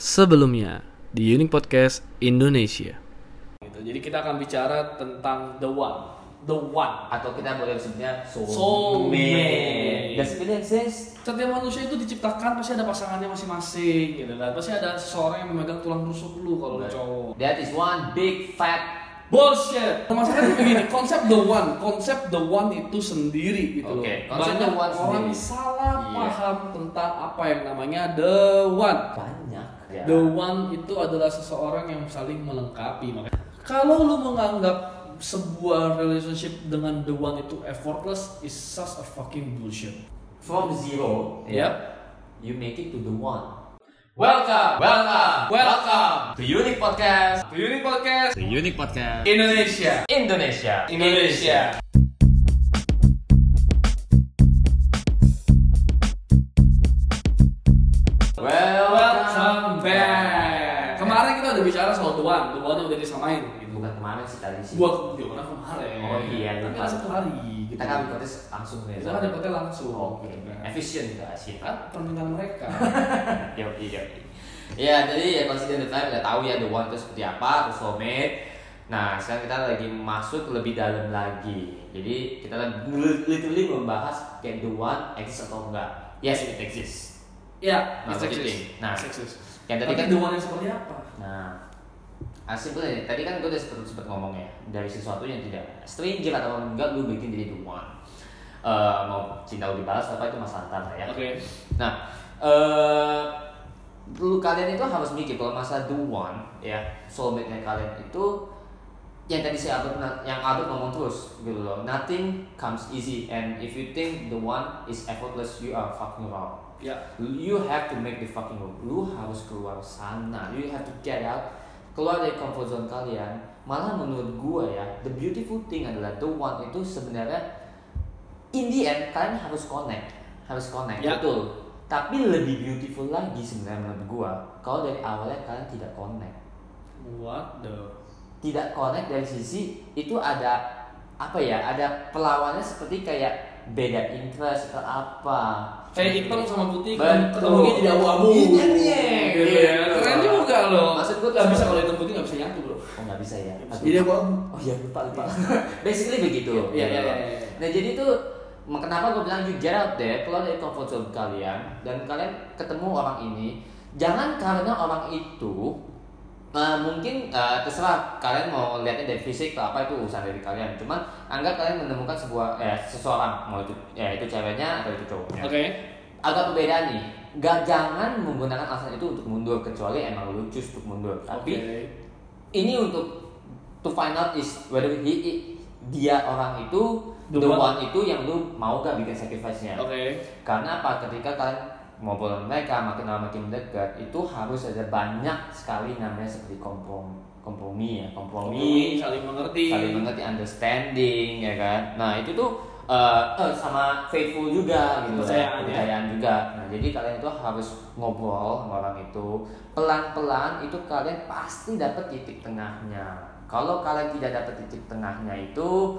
Sebelumnya di Unique Podcast Indonesia. Gitu. Jadi kita akan bicara tentang the one, atau kita boleh sebutnya soulmate. Dan sebenarnya setiap manusia itu diciptakan pasti ada pasangannya masing-masing, gitu kan? Pasti ada seseorang yang memegang tulang rusuk lu kalau lu cowok. that is one big fat Bullshit. Masalahnya begini, konsep the one itu sendiri gitu loh. Konsep the Banyak one orang sendiri. salah Iya. paham tentang apa yang namanya the one. banyak ya. The one itu adalah seseorang yang saling melengkapi. Makanya kalau lu menganggap sebuah relationship dengan the one itu effortless is such a fucking bullshit. From zero, Yep. you make it to the one. Welcome to Unique Podcast Unique Podcast Unique Podcast Indonesia. Welcome back. Kemarin kita udah bicara soal the one udah disamain gitu. Bukan kemarin sih tadi sih. Buat gimana kemarin? Oh iya, tapi lupa. satu hari. Kita kan podcast langsung ya. Kita kan dapetnya langsung. Oke. Efisien gitu asik. Kan permintaan mereka. Yo. Ya, jadi ya Consider the Time udah tahu ya the one itu seperti apa, atau soulmate. Nah, sekarang kita lagi masuk lebih dalam lagi. Jadi kita literally membahas kayak the one exist atau enggak. Yes, it exists. Ya, Nah, it's begitu. exist. Nah, It's exist. yang tadi Tapi kan the one yang seperti apa? Nah, simpelnya tadi kan gue udah sempat ngomong ya, dari sesuatu yang tidak stranger atau enggak lu bikin jadi the one. Mau cinta lebih balas apa itu masalah ntar lah ya. Oke. Nah, dulu kalian itu harus mikir kalau masalah the one ya, soulmate-nya kalian itu yang tadi yang Albert ngomong terus gitu loh. Nothing comes easy, and if you think the one is effortless, you are fucking wrong. Ya. You have to make the fucking move. Lu harus keluar sana. You have to get out, keluar dari comfort zone kalian. Malah menurut gua ya, the beautiful thing adalah the one itu sebenarnya in the end kalian harus connect, Ya. betul. Tapi lebih beautiful lagi sebenarnya menurut gua kalau dari awalnya kalian tidak connect. What the? Tidak connect dari sisi itu ada apa ya? Ada perlawannya seperti kayak beda interest atau apa. Kayak hitam sama putih Betul. ketemunya jadi abu-abu. Iya, Gitu ya. Keren juga loh. Maksud gua tuh nggak bisa kalau hitam putih nggak bisa nyatu bro. Oh nggak bisa ya. Jadi abu-abu. Oh iya lupa. Basically begitu. Iya. Nah jadi tuh kenapa gue bilang you get out there, keluar dari comfort zone kalian dan kalian ketemu orang ini. Jangan karena orang itu mungkin terserah kalian mau lihatnya dari fisik atau apa itu urusan dari kalian. Cuman anggap kalian menemukan seseorang, mau itu itu ceweknya atau itu cowoknya. Oke. Agak berbeda nih. Jangan menggunakan alasan itu untuk mundur kecuali emang lu choose untuk mundur. Tapi ini untuk to find out is whether dia orang itu the one itu yang lu mau gak bikin sacrifice-nya. Oke. Karena apa? Ketika kalian ngobrol dengan mereka makin lama makin dekat, itu harus ada banyak sekali namanya seperti kompromi, Saling mengerti, understanding ya kan. Nah itu tuh sama faithful juga gitu, kepercayaan juga. Nah jadi kalian itu harus ngobrol sama orang itu pelan-pelan, itu kalian pasti dapat titik tengahnya. Kalau kalian tidak dapat titik tengahnya itu,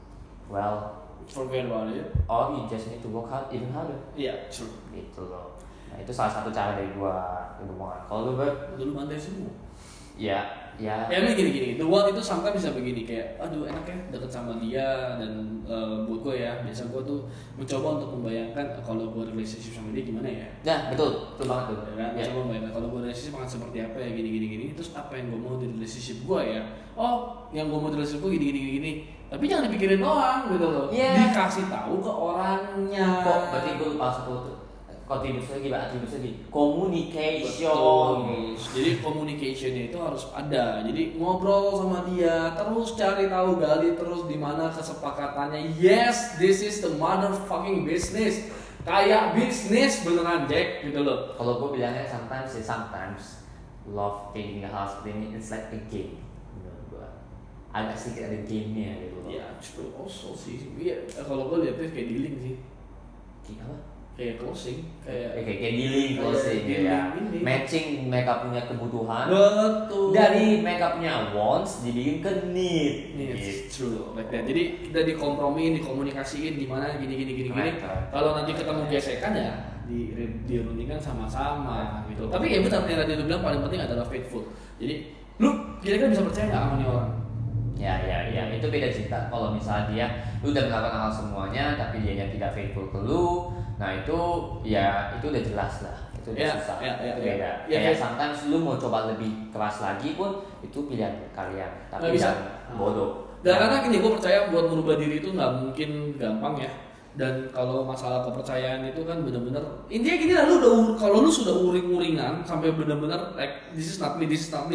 well, forget about it. or you just need to work hard even harder. Iya, true. Gitu loh. Nah itu salah satu cara dari gua ngomong. Kalau lu Dulu mantai semua. ya Ya ini gini. The one itu sampai bisa begini kayak, aduh enak ya deket sama dia dan buat gue ya biasa gue tuh mencoba untuk membayangkan kalau gue relationship sama dia gimana ya. nah betul banget tuh. Ya kan, mencoba membayangkan kalau gue relationship akan seperti apa ya gini. Terus apa yang gue mau di relationship gue ya? Oh, yang gue mau di relationship gue gini. Tapi jangan dipikirin doang gitu loh. Yeah. Dikasih tahu ke orangnya. Kok berarti gua lupa satu tuh. Atribusi lagi. Communication. Betul. Jadi communication-nya itu harus ada. Jadi ngobrol sama dia, terus cari tahu, gali terus di mana kesepakatannya. Yes, this is the motherfucking business. Kayak bisnis beneran Jack gitu loh. Kalau gua bilangnya sometimes love kayak gini hal seperti ini it's like a game. Menurut gua agak sedikit ada gamenya gitu loh. Ya, true also sih. Iya, kalau gue lihatnya kayak dealing sih. Kayak apa? Kayak closing, kayak dealing closing ya. dealing. Matching makeup punya kebutuhan. betul. Dari makeupnya wants dibikin ke need. It's true like that. Jadi udah dikompromiin, dikomunikasiin gimana gini. Right. Kalau nanti ketemu gesekan ya dirundingkan sama-sama gitu. Tapi ya benar yang tadi lu bilang paling penting adalah faithful. Jadi lu kira-kira bisa percaya nggak sama nih orang? Ya, itu beda cerita. Kalau misalnya dia lu udah melakukan hal semuanya tapi dia tidak faithful ke lu, nah itu udah jelas lah. Itu udah susah. Itu beda. Kayak sometimes lu mau coba lebih keras lagi pun itu pilihan kalian. Tapi jangan bodoh. Dan karena gini, gue percaya buat merubah diri itu nggak mungkin gampang ya. Dan kalau masalah kepercayaan itu kan benar-benar intinya gini lah, kalau lu sudah uring-uringan sampai benar-benar like this is not me,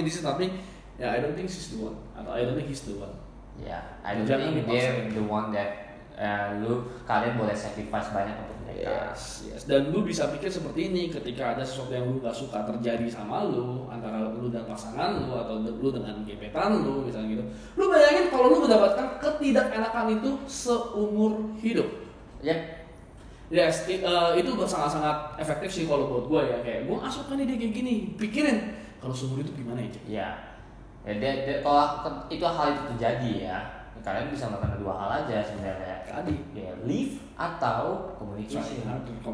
ya I don't think she's the one atau I don't think he's the one. Ya, I don't think they're the one that kalian boleh sacrifice banyak untuk mereka. Yes. Dan lu bisa pikir seperti ini ketika ada sesuatu yang lu gak suka terjadi sama lu antara lu dan pasangan lu atau lu dengan gebetan lu misalnya gitu. Lu bayangin kalau lu mendapatkan ketidakenakan itu seumur hidup. Yep. Yes, itu sangat-sangat efektif sih kalau buat gue ya. Kayak gue gak suka nih dia kayak gini. Pikirin kalau seumur hidup gimana ya? Ya, kalau itu hal itu terjadi ya, kalian bisa melakukan dua hal aja sebenarnya. Tadi, ya leave atau communication,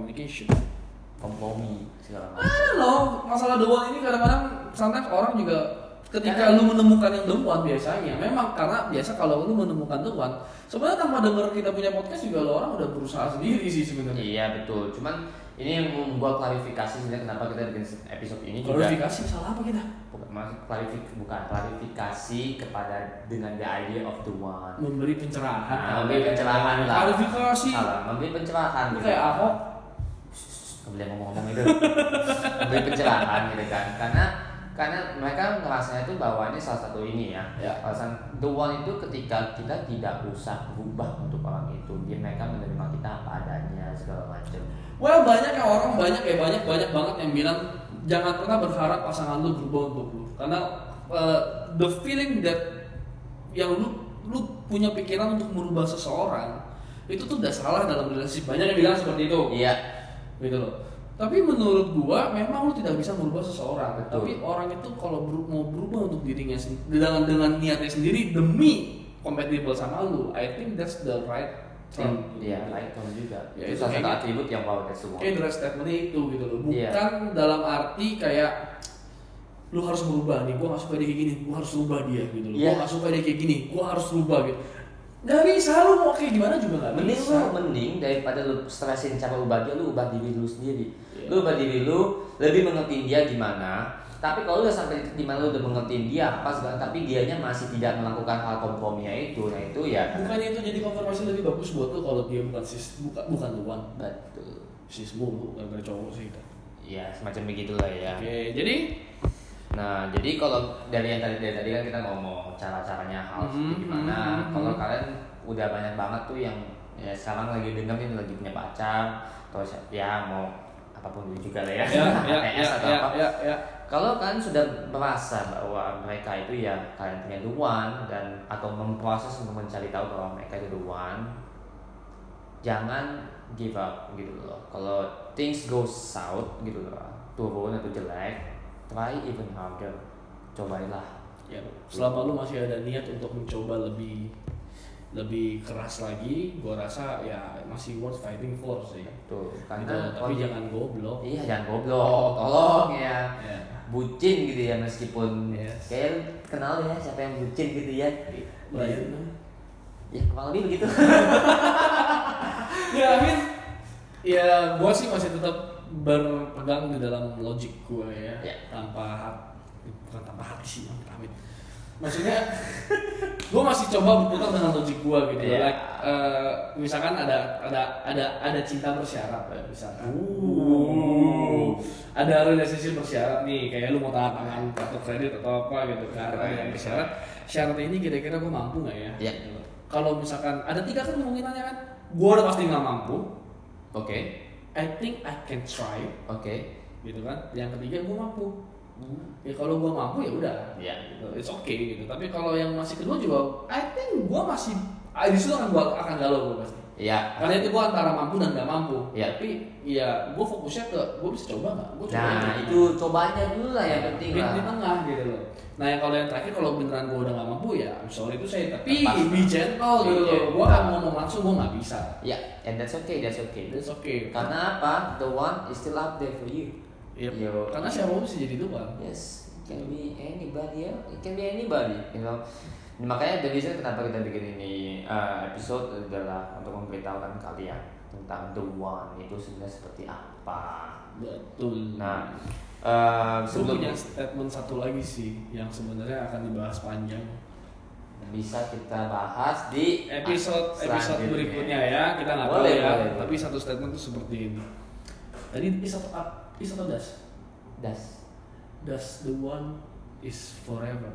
kompromi segala macam. Masalah the one ini kadang-kadang sometimes orang juga ketika lu menemukan yang the one biasanya, memang karena biasa kalau lu menemukan the one, sebenarnya tanpa denger kita punya podcast juga lo orang udah berusaha sendiri sih sebenarnya. Iya betul, cuman ini yang membuat klarifikasi sebenarnya kenapa kita bikin episode ini juga. Klarifikasi salah apa kita? Bukan klarifikasi kepada dengan the idea of the one. Memberi pencerahan. Memberi pencerahan lah. Klarifikasi. Salah, memberi pencerahan. Kayak Ahok. Nggak boleh ngomong-ngomong itu. Memberi pencerahan gitu kan, karena mereka ngerasanya itu bahwa ini salah satu ini ya. Alasan the one itu ketika kita tidak usah berubah untuk orang itu, mereka menerima kita apa adanya segala macam. Well, banyak banget yang bilang jangan pernah berharap pasangan lu berubah untuk lu, karena the feeling that yang lu punya pikiran untuk merubah seseorang itu tuh udah salah dalam relationship. Banyak yang bilang seperti itu. Iya. Gitu loh. Tapi menurut gua memang lu tidak bisa merubah seseorang. Betul. Tapi orang itu kalau mau berubah untuk dirinya dengan niatnya sendiri demi compatible sama lu, I think that's the right term. Iya, right term juga. Ya, itu salah satu atribut yang bawa semua. Kayak the statement itu gitu loh. Bukan dalam arti kayak lu harus berubah nih, gua gak suka dia kayak gini, gua harus rubah dia gitu loh. Gua gak suka dia kayak gini, gua harus rubah gitu. Gak bisa, lu mau kayak gimana juga gak bisa. Mending daripada lu stresin cara ubah dia, lu ubah diri lu sendiri. Lu ubah diri lu, lebih mengerti dia gimana. Tapi kalau udah sampai di mana lu udah mengerti dia apa segala, tapi dianya masih tidak melakukan hal komprominya itu, nah itu ya. Bukannya itu jadi konfirmasi lebih bagus buat lu kalau dia bukan the one. Betul. Sis mulu, gara-gara cowok sih kita. Iya, semacam begitulah ya. Oke, jadi kalau dari tadi kan kita ngomong cara-caranya hal gimana. Kalau kalian udah banyak banget tuh yang ya sekarang lagi dengerin lagi punya pacar atau ya mau apapun juga lah ya. Atau apa. Kalau kalian sudah merasa bahwa mereka itu ya kalian punya the one dan atau memproses untuk mencari tahu bahwa mereka itu the one, jangan give up gitu loh. Kalau things go south gitu loh, turun atau jelek, try even harder, cobailah. Ya, selama lu masih ada niat untuk mencoba lebih keras lagi, gua rasa ya masih worth fighting for sih. Tuh, karena tapi jangan goblok. Iya, jangan goblok. Tolong ya. Bucin gitu ya, meskipun kayak kenal ya siapa yang bucin gitu ya. Ya, kurang lebih begitu. Ya, gua sih masih tetap berpegang di dalam logik gua ya. Bukan tanpa hati sih, amit. Maksudnya gue masih coba berputar dengan logik gue gitu. Like, misalkan ada cinta bersyarat ya, misalkan. Ada relationship bersyarat nih, kayak lu mau tangan kartu kredit atau apa gitu kan. Ada yang bersyarat. Syaratnya ini kira-kira gue mampu nggak ya? Iya. Kalau misalkan ada 3 kan kemungkinannya kan, gue udah pasti nggak mampu. Oke. I think I can try. Oke. Gitu kan. Yang ketiga gue mampu. Ya kalau gue mampu ya udah, gitu. It's okay gitu. Tapi kalau yang masih kedua juga, I think gue masih di situ akan galau gue pasti. Iya. Karena itu gue antara mampu dan nggak mampu. Iya. Tapi ya gue fokusnya ke gue bisa coba nggak? Gue coba. Nah itu cobanya dulu lah yang penting di lah. tengah gitu loh. Nah yang kalau yang terakhir kalau beneran gue udah nggak mampu ya I'm sorry itu saya tapi Lepas. be gentle Be gitu loh. gentle. Gue akan ngomong langsung gue nggak bisa. Ya, and that's okay. That's okay. Karena apa? The one is still out there for you. Yep. Yo. Karena siapa bisa jadi Tuhan. Yes, it can be anybody ya. It can be anybody, you know. Makanya the reason kenapa kita bikin ini episode adalah untuk memberitahukan kalian tentang the one itu sebenarnya seperti apa. Betul. Nah, Gue punya statement satu lagi sih yang sebenarnya akan dibahas panjang. bisa kita bahas di Episode selanjutnya. berikutnya ya. Kita nggak tahu Boleh, ya. boleh. Tapi satu statement tuh seperti ini. Tadi is atau das? Das the one is forever.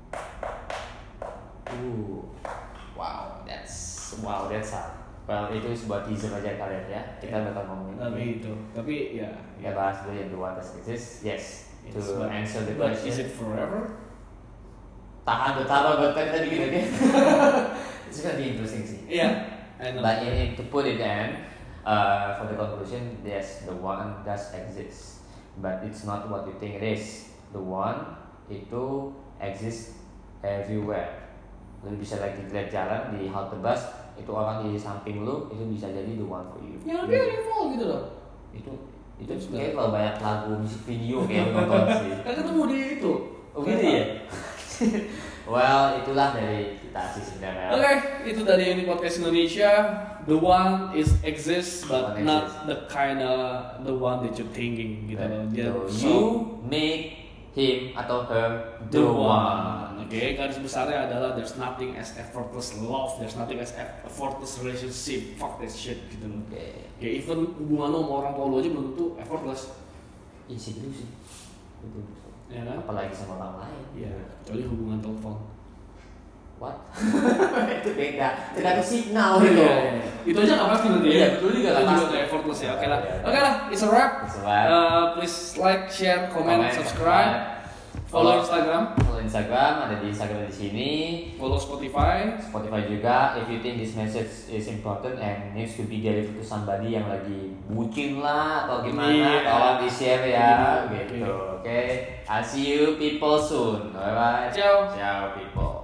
Wow, that's hard. Well, itu sebuah teaser aja kalian ya. Kita bakal ngomongin. Tapi ya. Kita bahas dulu yang the one that exists. Yes. To answer the But question. is it forever? Tahan tadi gitu kan. It's gonna be interesting sih. Iya. I know. But to put it in, for the conclusion, yes, the one does exist, but it's not what you think it is. The one itu exist everywhere. Lu bisa lagi lihat jalan di halte bus, itu orang di samping lu itu bisa jadi the one for you. Yang beautiful gitu loh. Itu kayak kalau banyak lagu musik video kayak lu nonton sih. Kan ketemu di itu. Oh gitu ya. Well, itulah dari kita sih sebenarnya. Oke, itu dari ini podcast Indonesia. The one is exists, but One not exists. the the one that you're thinking gitu loh. Dia You make him atau her the one. Oke, garis besarnya adalah there's nothing as effortless love, there's nothing as effortless relationship. Fuck that shit gitu loh. Oke. Ya even hubungan lo sama orang tua lo aja belum tentu effortless. Iya sih dulu sih. Betul. Ya kan? Apalagi sama orang lain. Iya, kecuali hubungan telepon. What? Itu beda. Tergantung signal gitu. Iya. Itu aja nggak pasti nanti. Iya, betul juga Itu nggak juga pasti. nggak effortless ya. Oke lah. Iya, iya. Oke lah, it's a wrap. It's a wrap. Please like, share, comment, subscribe. Follow Instagram, Follow Instagram, ada di Instagram di sini. follow Spotify. Spotify juga. If you think this message is important and needs to be delivered to somebody yang lagi bucin lah atau gimana, Iya. tolong di share ya, Oke. gitu. Oke. I'll see you people soon. Bye bye. Ciao. Ciao people.